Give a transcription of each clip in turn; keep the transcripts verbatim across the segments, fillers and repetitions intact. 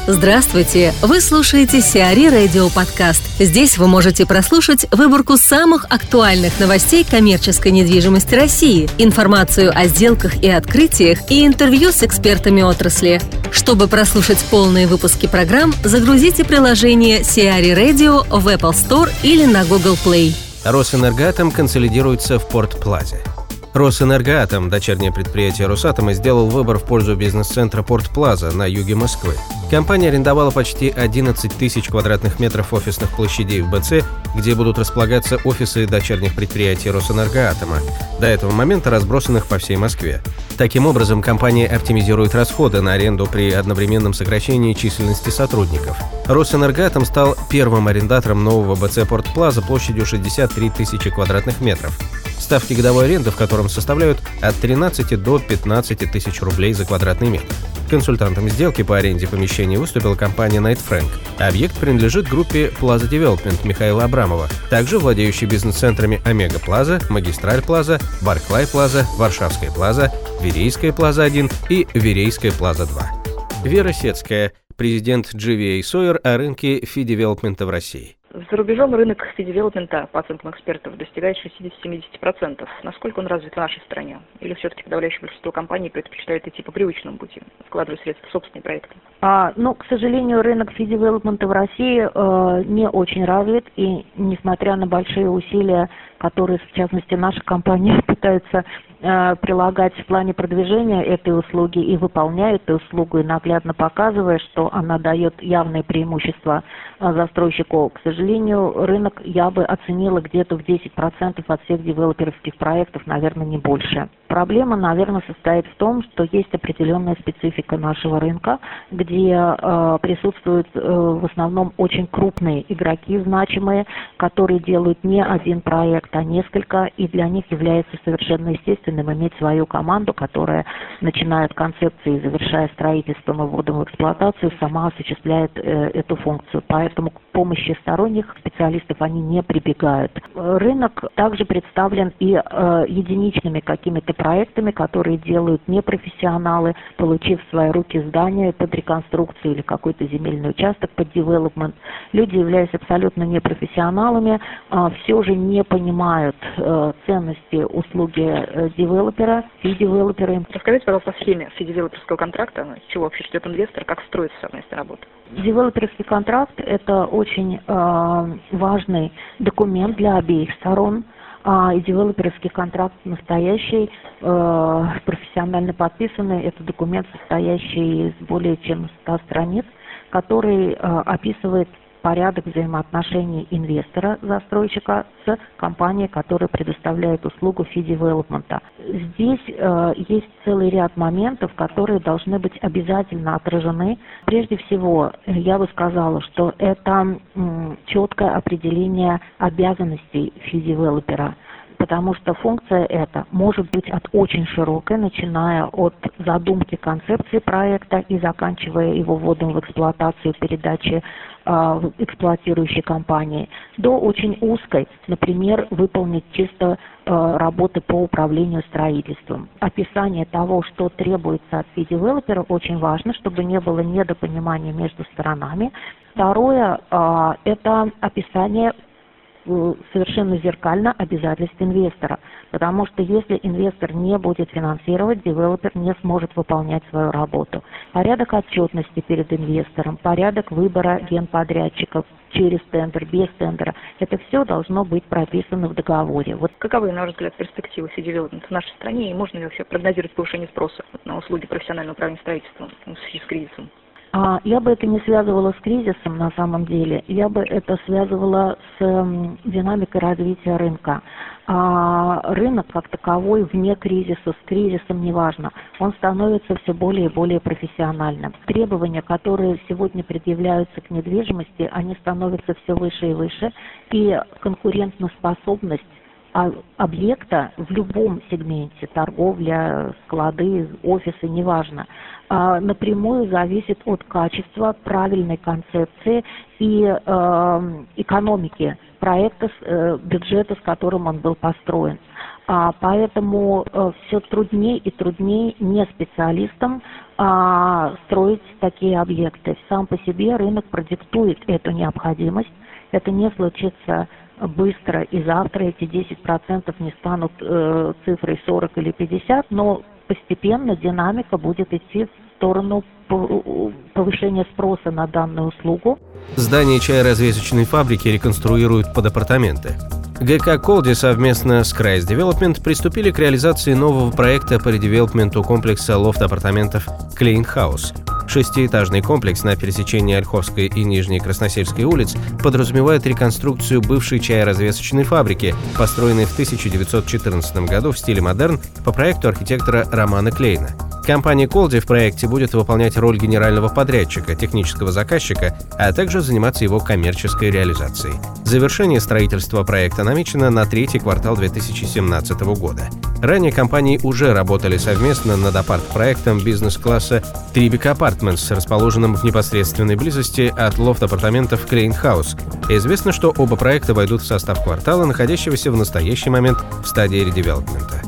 Здравствуйте! Вы слушаете Сиари Радио Подкаст. Здесь вы можете прослушать выборку самых актуальных новостей коммерческой недвижимости России, информацию о сделках и открытиях и интервью с экспертами отрасли. Чтобы прослушать полные выпуски программ, загрузите приложение Сиари Radio в Apple Store или на Google Play. Росэнергоатом консолидируется в Порт-Плазе. Росэнергоатом, дочернее предприятие Росатома, сделал выбор в пользу бизнес-центра Порт-Плаза на юге Москвы. Компания арендовала почти одиннадцать тысяч квадратных метров офисных площадей в БЦ, где будут располагаться офисы дочерних предприятий Росэнергоатома, до этого момента разбросанных по всей Москве. Таким образом, компания оптимизирует расходы на аренду при одновременном сокращении численности сотрудников. Росэнергоатом стал первым арендатором нового БЦ Порт-Плаза площадью шестьдесят три тысячи квадратных метров. Ставки годовой аренды в котором составляют от тринадцати до пятнадцати тысяч рублей за квадратный метр. Консультантом сделки по аренде помещений выступила компания Knight Frank. Объект принадлежит группе Plaza Development Михаила Абрамова, также владеющей бизнес-центрами Омега Плаза, Магистраль Плаза, Барклай Плаза, Варшавская Плаза, Верейская Плаза один и Верейская Плаза два. Вера Сецкая, президент джи ви эй Sawyer о рынке фи-девелопмента в России. За рубежом рынок фи-девелопмента, по оценкам экспертов, достигает шестидесяти-семидесяти процентов. Насколько он развит в нашей стране? Или все-таки подавляющее большинство компаний предпочитает идти по привычному пути, вкладывая средства в собственные проекты? А, ну, к сожалению, рынок фи-девелопмента в России э, не очень развит, и несмотря на большие усилия, которые, в частности, наши компании пытаются э, прилагать в плане продвижения этой услуги и выполняют эту услугу, и наглядно показывая, что она дает явные преимущества э, застройщику, к сожалению, рынок я бы оценила где-то в десять процентов от всех девелоперских проектов, наверное, не больше. Проблема, наверное, состоит в том, что есть определенная специфика нашего рынка, где э, присутствуют э, в основном очень крупные игроки, значимые, которые делают не один проект, а несколько, и для них является совершенно естественным иметь свою команду, которая, начиная от концепции и завершая строительством и вводом в эксплуатацию, сама осуществляет э, эту функцию. Поэтому к помощи сторонних специалистов они не прибегают. Рынок также представлен и э, единичными какими-то проектами, которые делают непрофессионалы, получив в свои руки здание под реконструкцию или какой-то земельный участок под девелопмент. Люди, являясь абсолютно непрофессионалами, э, все же не понимают э, ценности услуги э, девелопера, фи-девелопера. Расскажите, пожалуйста, о схеме фи-девелоперского контракта, чего вообще ждет инвестор, как строится совместная работа? Девелоперский контракт – это очень э, важный документ для обеих сторон. А, и девелоперский контракт настоящий, э, профессионально подписанный. Это документ, состоящий из более чем ста страниц, который э, описывает порядок взаимоотношений инвестора, застройщика с компанией, которая предоставляет услугу фи-девелопмента. Здесь э, есть целый ряд моментов, которые должны быть обязательно отражены. Прежде всего, я бы сказала, что это м, четкое определение обязанностей фи-девелопера, потому что функция эта может быть от очень широкой, начиная от задумки концепции проекта и заканчивая его вводом в эксплуатацию, передачи э, эксплуатирующей компании, до очень узкой, например, выполнить чисто э, работы по управлению строительством. Описание того, что требуется от фи-девелопера, очень важно, чтобы не было недопонимания между сторонами. Второе э, – это описание совершенно зеркально обязательств инвестора, потому что если инвестор не будет финансировать, девелопер не сможет выполнять свою работу. Порядок отчетности перед инвестором, порядок выбора генподрядчиков через тендер, без тендера, это все должно быть прописано в договоре. Вот каковы, на ваш взгляд, перспективы фи-девелопмента в нашей стране, и можно ли вообще прогнозировать повышение спроса на услуги профессионального управления строительством в связи с кризисом? А, я бы это не связывала с кризисом на самом деле, я бы это связывала с м, динамикой развития рынка. А, рынок как таковой вне кризиса, с кризисом неважно, он становится все более и более профессиональным. Требования, которые сегодня предъявляются к недвижимости, они становятся все выше и выше, и конкурентоспособность объекта в любом сегменте, торговля, склады, офисы, неважно, напрямую зависит от качества, правильной концепции и э, экономики проекта, э, бюджета, с которым он был построен. А, поэтому э, все труднее и труднее не специалистам, а, строить такие объекты. Сам по себе рынок продиктует эту необходимость. Это не случится быстро, и завтра эти десять процентов не станут э, цифрой сорок или пятьдесят, но постепенно динамика будет идти в сторону повышения спроса на данную услугу. Здание чайоразвесочной фабрики реконструируют под апартаменты. ГК «Колди» совместно с Крайс Девелопмент приступили к реализации нового проекта по редевелопменту комплекса лофт-апартаментов Клейн Хаус. Шестиэтажный комплекс на пересечении Ольховской и Нижней Красносельской улиц подразумевает реконструкцию бывшей чайоразвесочной фабрики, построенной в тысяча девятьсот четырнадцатом году в стиле модерн по проекту архитектора Романа Клейна. Компания «Колди» в проекте будет выполнять роль генерального подрядчика, технического заказчика, а также заниматься его коммерческой реализацией. Завершение строительства проекта намечено на третий квартал две тысячи семнадцатого года. Ранее компании уже работали совместно над апарт-проектом бизнес-класса Tribeca Apartments, расположенным в непосредственной близости от лофт-апартаментов Клейн Хаус. Известно, что оба проекта войдут в состав квартала, находящегося в настоящий момент в стадии редевелопмента.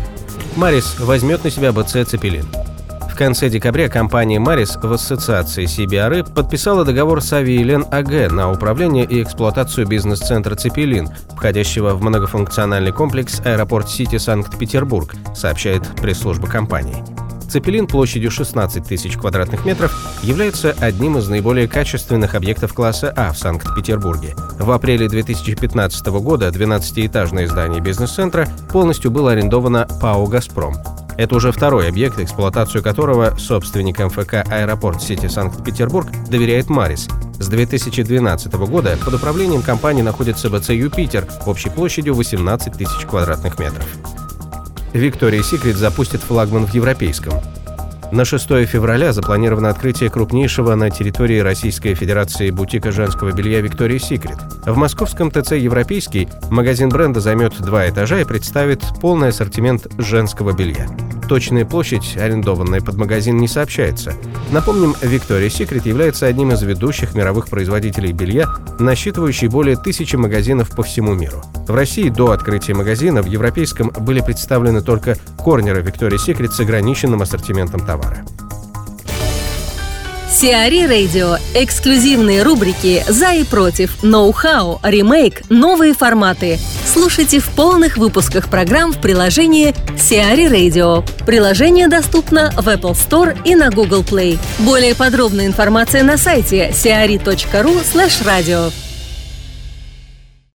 Марис возьмет на себя БЦ «Цепелин». В конце декабря компания Марис в ассоциации си би ар и подписала договор с Авиилен АГ на управление и эксплуатацию бизнес-центра «Цепелин», входящего в многофункциональный комплекс «Аэропорт Сити Санкт-Петербург», сообщает пресс-служба компании. «Цепелин» площадью шестнадцать тысяч квадратных метров является одним из наиболее качественных объектов класса А в Санкт-Петербурге. В апреле две тысячи пятнадцатого года двенадцатиэтажное здание бизнес-центра полностью было арендовано ПАО «Газпром». Это уже второй объект, эксплуатацию которого собственник эм эф ка «Аэропорт Сити Санкт-Петербург» доверяет Марис. С две тысячи двенадцатого года под управлением компании находится БЦ «Юпитер» общей площадью восемнадцать тысяч квадратных метров. Victoria's Secret запустит флагман в европейском. На шестое февраля запланировано открытие крупнейшего на территории Российской Федерации бутика женского белья Victoria's Secret. В московском ТЦ «Европейский» магазин бренда займет два этажа и представит полный ассортимент женского белья. Точная площадь, арендованная под магазин, не сообщается. Напомним, Victoria's Secret является одним из ведущих мировых производителей белья, насчитывающий более тысячи магазинов по всему миру. В России до открытия магазина в европейском были представлены только корнеры Victoria's Secret с ограниченным ассортиментом товара. Сиари Radio. Эксклюзивные рубрики «За и против», «Ноу-хау», «Ремейк», «Новые форматы». Слушайте в полных выпусках программ в приложении Сиари Radio. Приложение доступно в Apple Store и на Google Play. Более подробная информация на сайте сиари точка ру слэш радио.